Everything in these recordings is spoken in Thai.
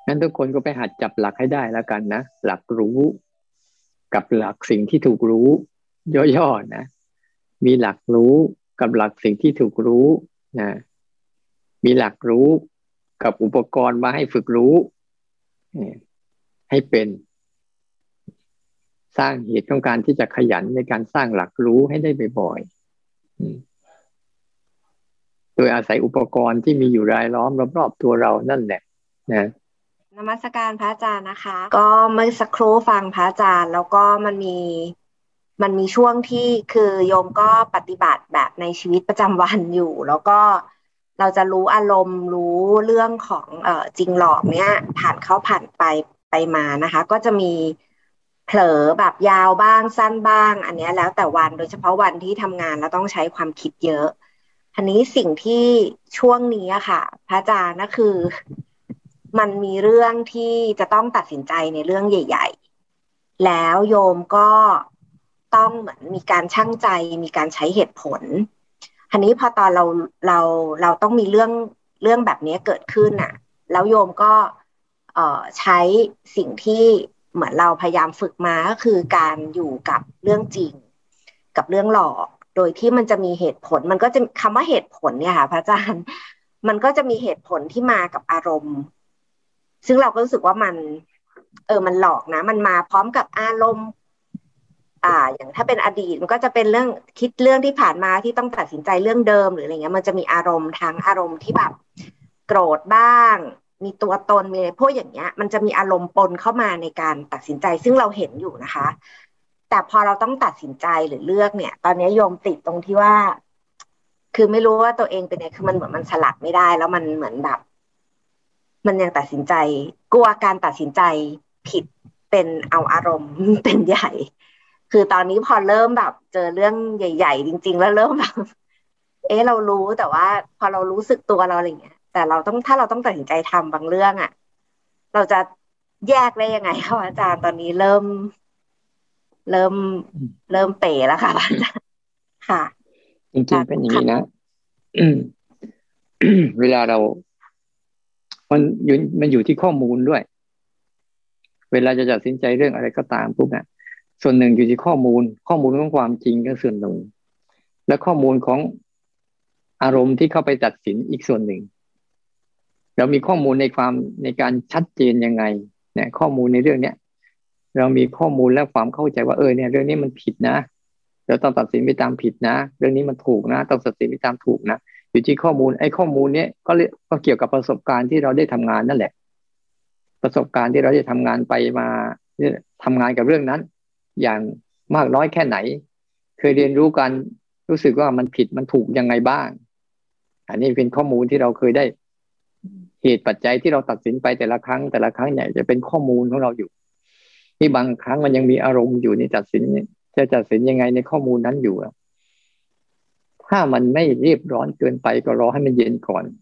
งั้นทุกคนก็ไปหัดจับหลักให้ได้แล้วกันนะหลักรู้กับหลักสิ่งที่ถูกรู้ย่อๆนะมีหลักรู้กับหลักสิ่งที่ถูกรู้นะมีหลักรู้กับอุปกรณ์มาให้ฝึกรู้ให้เป็นสร้างเหตุของการที่จะขยันในการสร้างหลักรู้ให้ได้บ่อยๆโดยอาศัยอุปกรณ์ที่มีอยู่รายล้อมรอบๆตัวเรานั่นแหละนะนมัสการพระอาจารย์นะคะก็เมื่อสักครู่ฟังพระอาจารย์แล้วก็มันมีช่วงที่คือโยมก็ปฏิบัติแบบในชีวิตประจำวันอยู่แล้วก็เราจะรู้อารมณ์รู้เรื่องของจริงหลอกเนี้ยผ่านเข้าผ่านไปมานะคะก็จะมีเผลอแบบยาวบ้างสั้นบ้างอันเนี้ยแล้วแต่วันโดยเฉพาะวันที่ทำงานแล้วต้องใช้ความคิดเยอะทีนี้สิ่งที่ช่วงนี้อะค่ะพระอาจารย์ก็คือ มันมีเรื่องที่จะต้องตัดสินใจในเรื่องใหญ่ๆแล้วโยมก็ต้องเหมือนมีการชั่งใจมีการใช้เหตุผลทีนี้พอตอนเราเราต้องมีเรื่องแบบนี้เกิดขึ้นน่ะแล้วโยมก็ใช้สิ่งที่เหมือนเราพยายามฝึกมาก็คือการอยู่กับเรื่องจริงกับเรื่องหลอกโดยที่มันจะมีเหตุผลมันก็จะคำว่าเหตุผลเนี่ยค่ะพระอาจารย์มันก็จะมีเหตุผลที่มากับอารมณ์ ซึ่งเราก็รู้สึกว่ามันหลอกนะมันมาพร้อมกับอารมณ์อย่างถ้าเป็นอดีตมันก็จะเป็นเรื่องคิดเรื่องที่ผ่านมาที่ต้องตัดสินใจเรื่องเดิมหรืออะไรเงี้ยมันจะมีอารมณ์ทั้งอารมณ์ที่แบบโกรธบ้างมีตัวตนมีอะไรพวกอย่างเงี้ยมันจะมีอารมณ์ปนเข้ามาในการตัดสินใจซึ่งเราเห็นอยู่นะคะแต่พอเราต้องตัดสินใจหรือเลือกเนี่ยตอนนี้โยมติดตรงที่ว่าคือไม่รู้ว่าตัวเองเป็นไงคือมันเหมือนมันสลัดไม่ได้แล้วมันเหมือนแบบ มันยังตัดสินใจกลัวการตัดสินใจผิดเป็นเอาอารมณ์เป็นใหญ่คือตอนนี้พอเริ่มแบบเจอเรื่องใหญ่ๆจริงๆแล้วเริ่มแบบเรารู้แต่ว่าพอเรารู้สึกตัวเราอะไรเงี้ยแต่เราต้องถ้าเราต้องตัดสินใจทำบางเรื่องอ่ะเราจะแยกได้ยังไงคะอาจารย์ตอนนี้เริ่มเริ่มเป๋แล้วค่ะอาจารย์ค่ะจริงๆเป็นอย่างนี้นะเวลาเรามันอยู่ที่ข้อมูลด้วยเวลาจะตัดสินใจเรื่องอะไรก็ตามปุ๊บเนี่ยส่วนหนึ่งอยู่ที่ข้อมูลของความจริงก็ส่วนหนึ่งและข้อมูลของอารมณ์ที่เข้าไปตัดสินอีกส่วนหนึ่งเรามีข้อมูลในการชัดเจนยังไงเนี่ยข้อมูลในเรื่องเนี้ยเรามีข้อมูลและความเข้าใจว่าเนี่ยเรื่องนี้มันผิดนะเราต้องตัดสินไปตามผิดนะเรื่องนี้มันถูกนะต้องตัดสินไปตามถูกนะอยู่ที่ข้อมูลไอ้ข้อมูลเนี้ยก็เกี่ยวกับประสบการณ์ที่เราได้ทำงานนั่นแหละประสบการณ์ที่เราได้ทำงานไปมาทำงานกับเรื่องนั้นอย่างมากน้อยแค่ไหนเคยเรียนรู้กันรู้สึกว่ามันผิดมันถูกยังไงบ้างอันนี้เป็นข้อมูลที่เราเคยได้เหตุปัจจัยที่เราตัดสินไปแต่ละครั้งเนี่ยจะเป็นข้อมูลของเราอยู่ที่บางครั้งมันยังมีอารมณ์อยู่นี่ตัดสินจะตัดสินยังไงในข้อมูลนั้นอยู่ถ้ามันไม่รีบร้อนเกินไปก็รอให้มันเย็นก่อน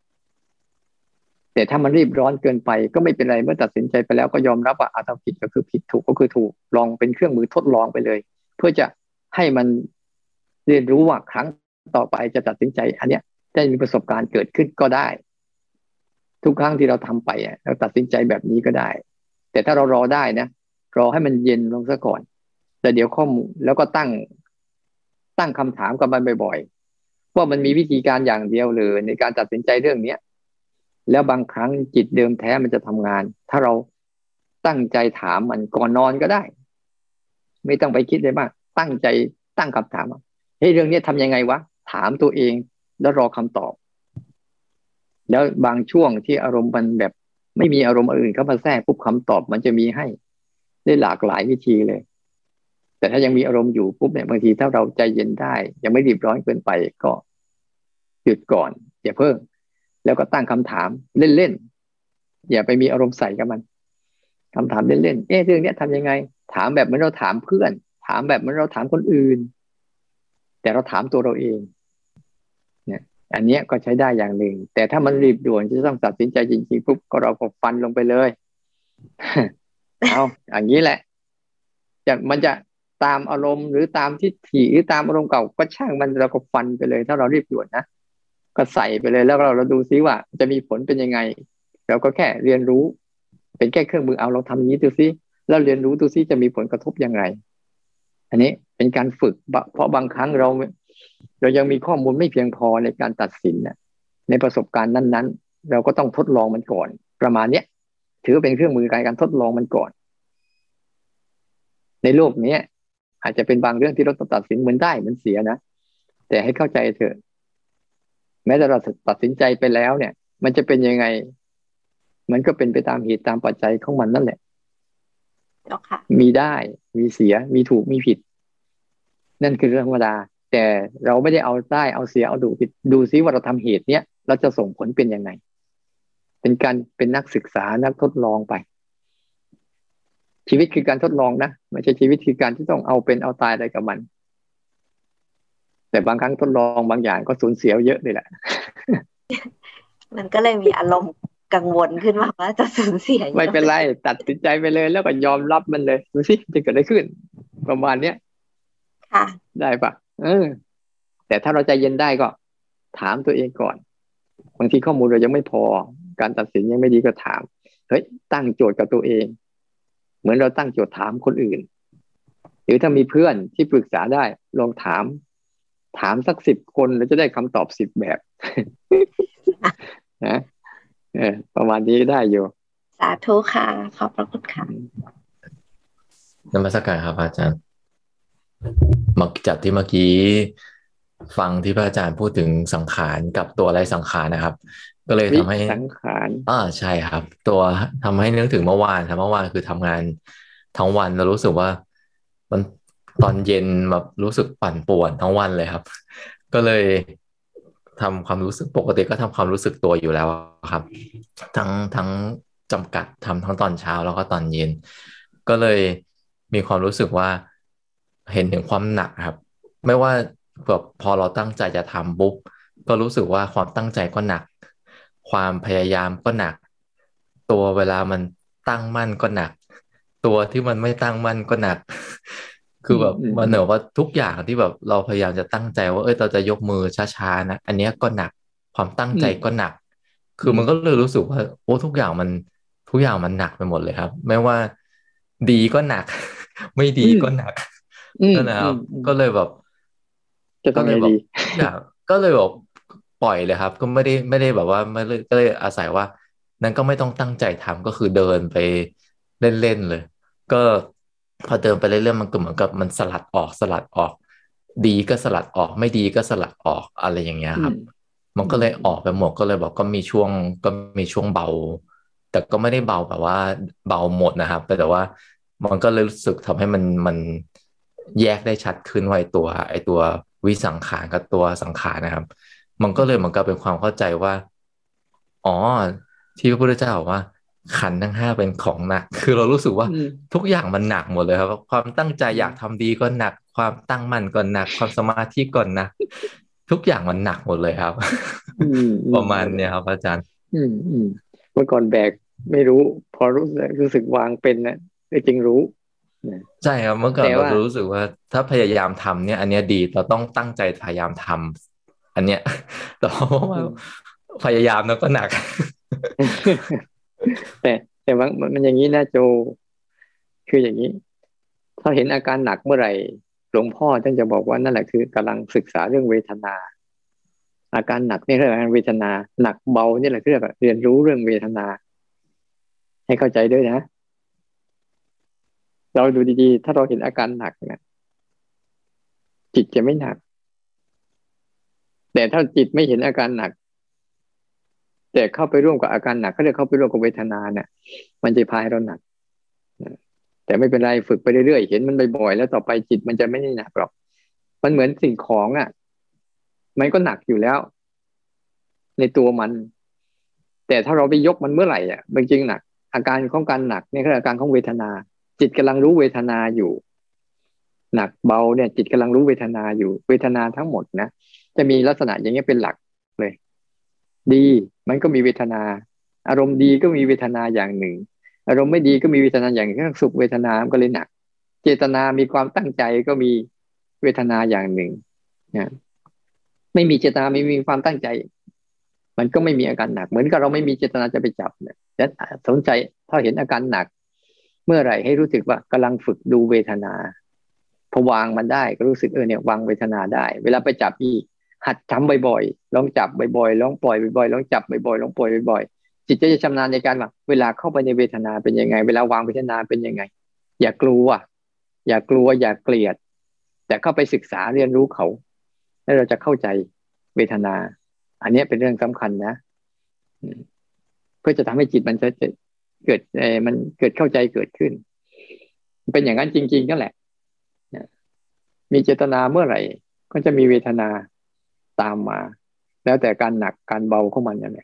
แต่ถ้ามันรีบร้อนเกินไปก็ไม่เป็นไรเมื่อตัดสินใจไปแล้วก็ยอมรับว่าถ้าผิดก็คือผิดถูกก็คือถูกลองเป็นเครื่องมือทดลองไปเลยเพื่อจะให้มันเรียนรู้ว่าครั้งต่อไปจะตัดสินใจอันเนี้ยได้มีประสบการณ์เกิดขึ้นก็ได้ทุกครั้งที่เราทำไปเราตัดสินใจแบบนี้ก็ได้แต่ถ้าเรารอได้นะรอให้มันเย็นลงซะก่อนแต่เดี๋ยวข้อมูลแล้วก็ตั้งคำถามกับมันบ่อยๆว่ามันมีวิธีการอย่างเดียวเลยในการตัดสินใจเรื่องเนี้ย แล้วบางครั้งจิตเดิมแท้มันจะทำงานถ้าเราตั้งใจถามมันก่อนนอนก็ได้ไม่ต้องไปคิดเลยมากตั้งใจตั้งคำถามว่าเฮ้ยเรื่องนี้ทำยังไงวะถามตัวเองแล้วรอคำตอบแล้วบางช่วงที่อารมณ์มันแบบไม่มีอารมณ์อื่นเข้ามาแทรกปุ๊บคำตอบมันจะมีให้ได้หลากหลายวิธีเลยแต่ถ้ายังมีอารมณ์อยู่ปุ๊บเนี่ยบางทีถ้าเราใจเย็นได้ยังไม่รีบร้อนเกินไปก็หยุดก่อนอย่าเพิ่งแล้วก็ตั้งคำถามเล่นๆอย่าไปมีอารมณ์ใส่กับมันคำถามเล่นๆเรื่องนี้ทำยังไงถามแบบเหมือนเราถามเพื่อนถามแบบเหมือนเราถามคนอื่นแต่เราถามตัวเราเองเนี่ยอันเนี้ยก็ใช้ได้อย่างหนึ่งแต่ถ้ามันรีบด่วนจะต้องตัดสินใจจริงๆปุ๊บก็เราก็ฟันลงไปเลยเอาอย่างนี้แหละมันจะตามอารมณ์หรือตามทิฏฐิหรือตามอารมณ์เก่าก็ช่างมันเราก็ฟันไปเลยถ้าเรารีบด่วนนะก็ใส่ไปเลยแล้วเราดูซิว่าจะมีผลเป็นยังไงเราก็แค่เรียนรู้เป็นแค่เครื่องมือเอาเราทำอย่างนี้ดูซิแล้วเรียนรู้ดูซิจะมีผลกระทบยังไงอันนี้เป็นการฝึกเพราะบางครั้งเรายังมีข้อมูลไม่เพียงพอในการตัดสินนะในประสบการณ์นั้นๆเราก็ต้องทดลองมันก่อนประมาณเนี้ยถือว่าเป็นเครื่องมือการทดลองมันก่อนในโลกนี้อาจจะเป็นบางเรื่องที่เราต้องตัดสินเหมือนได้เหมือนเสียนะแต่ให้เข้าใจเถอะแม้แต่เราตัดสินใจไปแล้วเนี่ยมันจะเป็นยังไงมันก็เป็นไปตามเหตุตามปัจจัยของมันนั่นแหละเจ้าค่ะมีได้มีเสียมีถูกมีผิดนั่นคือเรื่องธรรมดาแต่เราไม่ได้เอาได้เอาเสียเอาดูผิดดูซิว่าเราทำเหตุเนี้ยเราจะส่งผลเป็นยังไงเป็นการเป็นนักศึกษานักทดลองไปชีวิตคือการทดลองนะไม่ใช่ชีวิตคือการที่ต้องเอาเป็นเอาตายอะไรกับมันแต่บางครั้งทดลองบางอย่างก็สูญเสียเยอะเลยแหละมันก็เลยมีอารมณ์กังวลขึ้นมาว่าจะสูญเสียเยอะไม่เป็นไรตัดสินใจไปเลยแล้วก็ยอมรับมันเลยดูสิจะเกิดอะไรขึ้นประมาณเนี้ยค่ะได้ปะแต่ถ้าเราใจเย็นได้ก็ถามตัวเองก่อนบางทีข้อมูลเรายังไม่พอการตัดสินยังไม่ดีก็ถามเฮ้ยตั้งโจทย์กับตัวเองเหมือนเราตั้งโจทย์ถามคนอื่นหรือถ้ามีเพื่อนที่ปรึกษาได้ลองถามสัก10 คนเราจะได้คำตอบ10 แบบนะประมาณนี้ได้อยู่สาธุค่ะขอบพระคุณค่ะนมัสการครับอาจารย์จากที่เมื่อกี้ฟังที่พระอาจารย์พูดถึงสังขารกับตัวอะไรสังขารนะครับก็เลยทำให้สังขารใช่ครับตัวทำให้นึกถึงเมื่อวานครับเมื่อวานคือทำงานทั้งวันแล้วรู้สึกว่ามันตอนเย็นแบบรู้สึกปั่นป่วนทั้งวันเลยครับก็เลยทำความรู้สึกปกติก็ทำความรู้สึกตัวอยู่แล้วครับทั้งจำกัดทำทั้งตอนเช้าแล้วก็ตอนเย็นก็เลยมีความรู้สึกว่าเห็นถึงความหนักครับไม่ว่าแบบพอเราตั้งใจจะทำปุ๊บก็รู้สึกว่าความตั้งใจก็หนักความพยายามก็หนักตัวเวลามันตั้งมั่นก็หนักตัวที่มันไม่ตั้งมั่นก็หนักคือแบบมันเหนือว่าทุกอย่างที่แบบเราพยายามจะตั้งใจว่าเราจะยกมือช้าๆนะอันนี้ก็หนักความตั้งใจก็หนักคือมันก็เลยรู้สึกว่าโอ้ทุกอย่างมันหนักไปหมดเลยครับไม่ว่าดีก็หนักไม่ดีก็หนักนั่นนะครับก็เลยแบบจะทำไงดีอยากก็เลยแบบปล่อยเลยครับก็ไม่ได้แบบว่าไม่เลยก็เลยอาศัยว่านั้นก็ไม่ต้องตั้งใจทำก็คือเดินไปเล่นๆเลยก็พอเดินไปเรื่อยๆมันก็เหมือนกับมันสลัดออกดีก็สลัดออกไม่ดีก็สลัดออกอะไรอย่างเงี้ยครับมันก็เลยออกไปหมดก็เลยบอกก็มีช่วงเบาแต่ก็ไม่ได้เบาแบบว่าเบาหมดนะครับแต่ว่ามันก็เลยรู้สึกทำให้มันแยกได้ชัดขึ้นว่าไอตัววิสังขารกับตัวสังขารนะครับมันก็เลยเหมือนกับเป็นความเข้าใจว่าอ๋อที่พระพุทธเจ้าบอกว่าขันธ์ทั้ง 5เป็นของหนักคือเรารู้สึกว่าทุกอย่างมันหนักหมดเลยครับความตั้งใจอยากทำดีก็หนักความตั้งมั่นก็หนักความสมาธิก็หนักทุกอย่างมันหนักหมดเลยครับประมาณเนี้ยครับอาจารย์เมื่อก่อนแบกไม่รู้พอรู้สึกวางเป็นนะจริงรู้ใช่ครับเมื่อก่อนเรารู้สึกว่าถ้าพยายามทำเนี่ยอันเนี้ยดีเราต้องตั้งใจพยายามทำอันเนี้ยแต่ว่าพยายามแล้วก็หนักแต่ว่ามันอย่างนี้นะโจคืออย่างนี้ถ้าเห็นอาการหนักเมื่อไหร่หลวงพ่อท่านจะบอกว่านั่นแหละคือกำลังศึกษาเรื่องเวทนาอาการหนักนี่เรียกว่าเวทนาหนักเบานี่แหละเรียกว่าเรียนรู้เรื่องเวทนาให้เข้าใจด้วยนะเราดูดีๆถ้าเราเห็นอาการหนักนะจิตจะไม่หนักแต่ถ้าจิตไม่เห็นอาการหนักแต่เข้าไปร่วมกับอาการหนักก็จะเข้าไปร่วมกับเวทนาเนี่ยมันจะพาให้เราหนักแต่ไม่เป็นไรฝึกไปเรื่อยๆเห็นมันบ่อยๆแล้วต่อไปจิตมันจะไม่ได้หนักหรอกมันเหมือนสิ่งของมันก็หนักอยู่แล้วในตัวมันแต่ถ้าเราไปยกมันเมื่อไหร่มันจริงหนักอาการของการหนักนี่คืออาการของเวทนาจิตกำลังรู้เวทนาอยู่หนักเบาเนี่ยจิตกำลังรู้เวทนาอยู่เวทนาทั้งหมดนะจะมีลักษณะอย่างนี้เป็นหลักเลยดีมันก็มีเวทนาอารมณ์ดีก็มีเวทนาอย่างหนึ่งอารมณ์ไม่ดีก็มีเวทนาอย่างหนึ่งสุขเวทนาก็เลยหนักเจตนามีความตั้งใจก็มีเวทนาอย่างหนึ่งนะไม่มีเจตนาไม่มีความตั้งใจมันก็ไม่มีอาการหนักเหมือนกับเราไม่มีเจตนาจะไปจับเนี่ยแต่สนใจถ้าเห็นอาการหนักเมื่อไหร่ให้รู้สึกว่ากำลังฝึกดูเวทนาพอวางมันได้ก็รู้สึกเนี่ยวางเวทนาได้เวลาไปจับอีกหัดจำบ่อยๆลองจับบ่อยๆลองปล่อยบ่อยๆลองจับบ่อยๆลองปล่อยบ่อยๆจิตจะชำนาญในการว่าเวลาเข้าไปในเวทนาเป็นยังไงเวลาวางเวทนาเป็นยังไงอย่ากลัวอย่าเกลียดแต่เข้าไปศึกษาเรียนรู้เขาแล้วเราจะเข้าใจเวทนาอันนี้เป็นเรื่องสำคัญนะเพื่อจะทำให้จิตมันจะเกิดมันเกิดเข้าใจเกิดขึ้นเป็นอย่างนั้นจริงๆนั่นแหละมีเจตนาเมื่อไหร่ก็จะมีเวทนาตามมาแล้วแต่การหนักการเบาของมันนั่นแหละ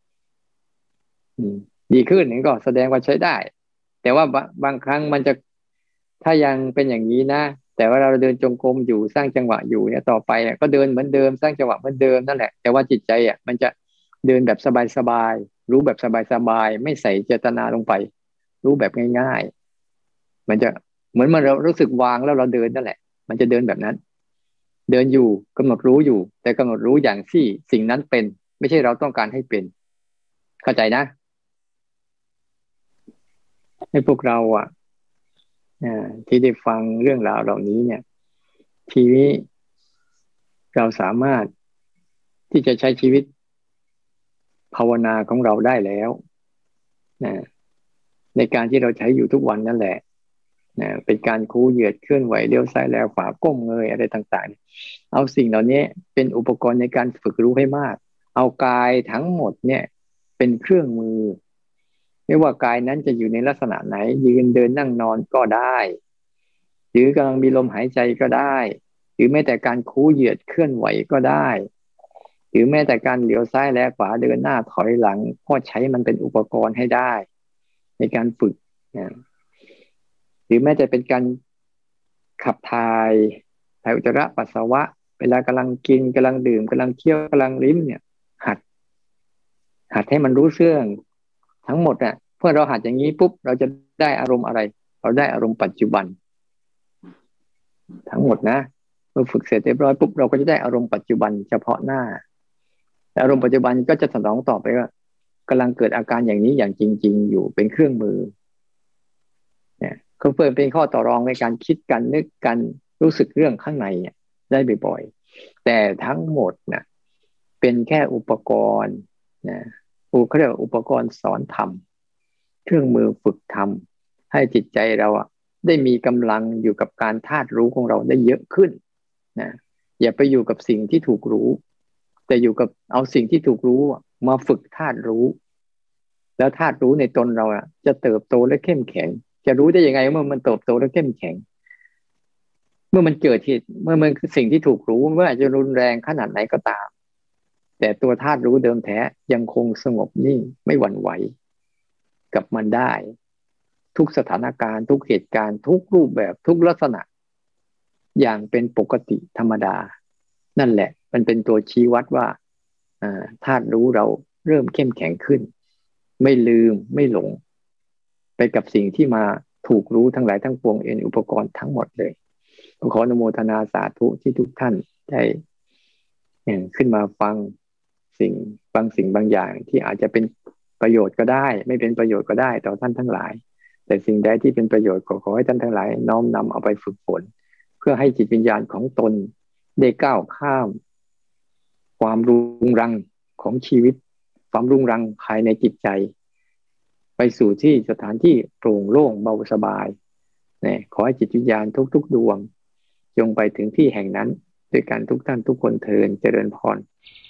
ดีขึ้นนี่ก็แสดงว่าใช้ได้แต่ว่าบางครั้งมันจะถ้ายังเป็นอย่างนี้นะแต่ว่าเราเดินจงกรมอยู่สร้างจังหวะอยู่เนี่ยต่อไปก็เดินเหมือนเดิมสร้างจังหวะเหมือนเดิมนั่นแหละแต่ว่าจิตใจมันจะเดินแบบสบายๆรู้แบบสบายๆไม่ใส่เจตนาลงไปรู้แบบง่ายๆมันจะเหมือนเรารู้สึกวางแล้วเราเดินนั่นแหละมันจะเดินแบบนั้นเดินอยู่กำหนดรู้อยู่แต่กำหนดรู้อย่างที่สิ่งนั้นเป็นไม่ใช่เราต้องการให้เป็นเข้าใจนะให้พวกเราที่ได้ฟังเรื่องราวเหล่านี้เนี่ยทีนี้เราสามารถที่จะใช้ชีวิตภาวนาของเราได้แล้วในการที่เราใช้อยู่ทุกวันนั่นแหละเป็นการคูเหยียดเคลื่อนไหวเลี้ยวซ้ายแลขวาก้มเงยอะไรต่างๆเอาสิ่งเหล่านี้เป็นอุปกรณ์ในการฝึกรู้ให้มากเอากายทั้งหมดเนี่ยเป็นเครื่องมือไม่ว่ากายนั้นจะอยู่ในลักษณะไหนยืนเดินนั่งนอนก็ได้หรือกำลังมีลมหายใจก็ได้หรือแม้แต่การคูเหยียดเคลื่อนไหวก็ได้หรือแม้แต่การเลี้ยวซ้ายแลขวาเดินหน้าถอยหลังก็ใช้มันเป็นอุปกรณ์ให้ได้ในการฝึกหรือแม้แต่เป็นการขับถ่ายอุจจาระปัสสาวะเวลากำลังกินกำลังดื่มกำลังเคี้ยวกำลังลิ้มเนี่ยหัดให้มันรู้เรื่องทั้งหมดเพื่อเราหัดอย่างนี้ปุ๊บเราจะได้อารมณ์อะไรเราได้อารมณ์ปัจจุบันทั้งหมดนะเมื่อฝึกเสร็จเรียบร้อยปุ๊บเราก็จะได้อารมณ์ปัจจุบันเฉพาะหน้าแต่อารมณ์ปัจจุบันก็จะสนองต่อไปว่ากำลังเกิดอาการอย่างนี้อย่างจริงๆอยู่เป็นเครื่องมือเนี่ยก็เพื่อเป็นข้อต่อรองในการคิดกันนึกกันรู้สึกเรื่องข้างในได้บ่อยๆแต่ทั้งหมดเป็นแค่อุปกรณ์เขาเรียกว่าอุปกรณ์สอนธรรมเครื่องมือฝึกธรรมให้จิตใจเราได้มีกำลังอยู่กับการธาตุรู้ของเราได้เยอะขึ้นอย่าไปอยู่กับสิ่งที่ถูกรู้แต่อยู่กับเอาสิ่งที่ถูกรู้มาฝึกธาตุรู้แล้วธาตุรู้ในตนเราจะเติบโตและเข้มแข็งจะรู้ได้ยังไงเมื่อมันเติบโตและเข้มแข็งเมื่อมันเกิดเหตุเมื่อมันคือสิ่งที่ถูกรู้เมื่ออาจจะรุนแรงขนาดไหนก็ตามแต่ตัวธาตุรู้เดิมแท้ยังคงสงบนิ่งไม่หวั่นไหวกับมันได้ทุกสถานการณ์ทุกเหตุการณ์ทุกรูปแบบทุกลักษณะอย่างเป็นปกติธรรมดานั่นแหละมันเป็นตัวชี้วัดว่าธาตุรู้เราเริ่มเข้มแข็งขึ้นไม่ลืมไม่หลงไปกับสิ่งที่มาถูกรู้ทั้งหลายทั้งปวงเอ็นอุปกรณ์ทั้งหมดเลยขออนุโมทนาสาธุที่ทุกท่านได้ขึ้นมาฟังสิ่งบางอย่างที่อาจจะเป็นประโยชน์ก็ได้ไม่เป็นประโยชน์ก็ได้ต่อท่านทั้งหลายแต่สิ่งใดที่เป็นประโยชน์ขอให้ท่านทั้งหลายน้อมนำเอาไปฝึกฝนเพื่อให้จิตวิญญาณของตนได้ก้าวข้ามความรุงรังของชีวิตความรุงรังภายในจิตใจไปสู่ที่สถานที่โปร่งโล่งเบาสบายขอให้จิตวิญญาณทุกดวงจงไปถึงที่แห่งนั้นด้วยกันทุกท่านทุกคนเทินเจริญพร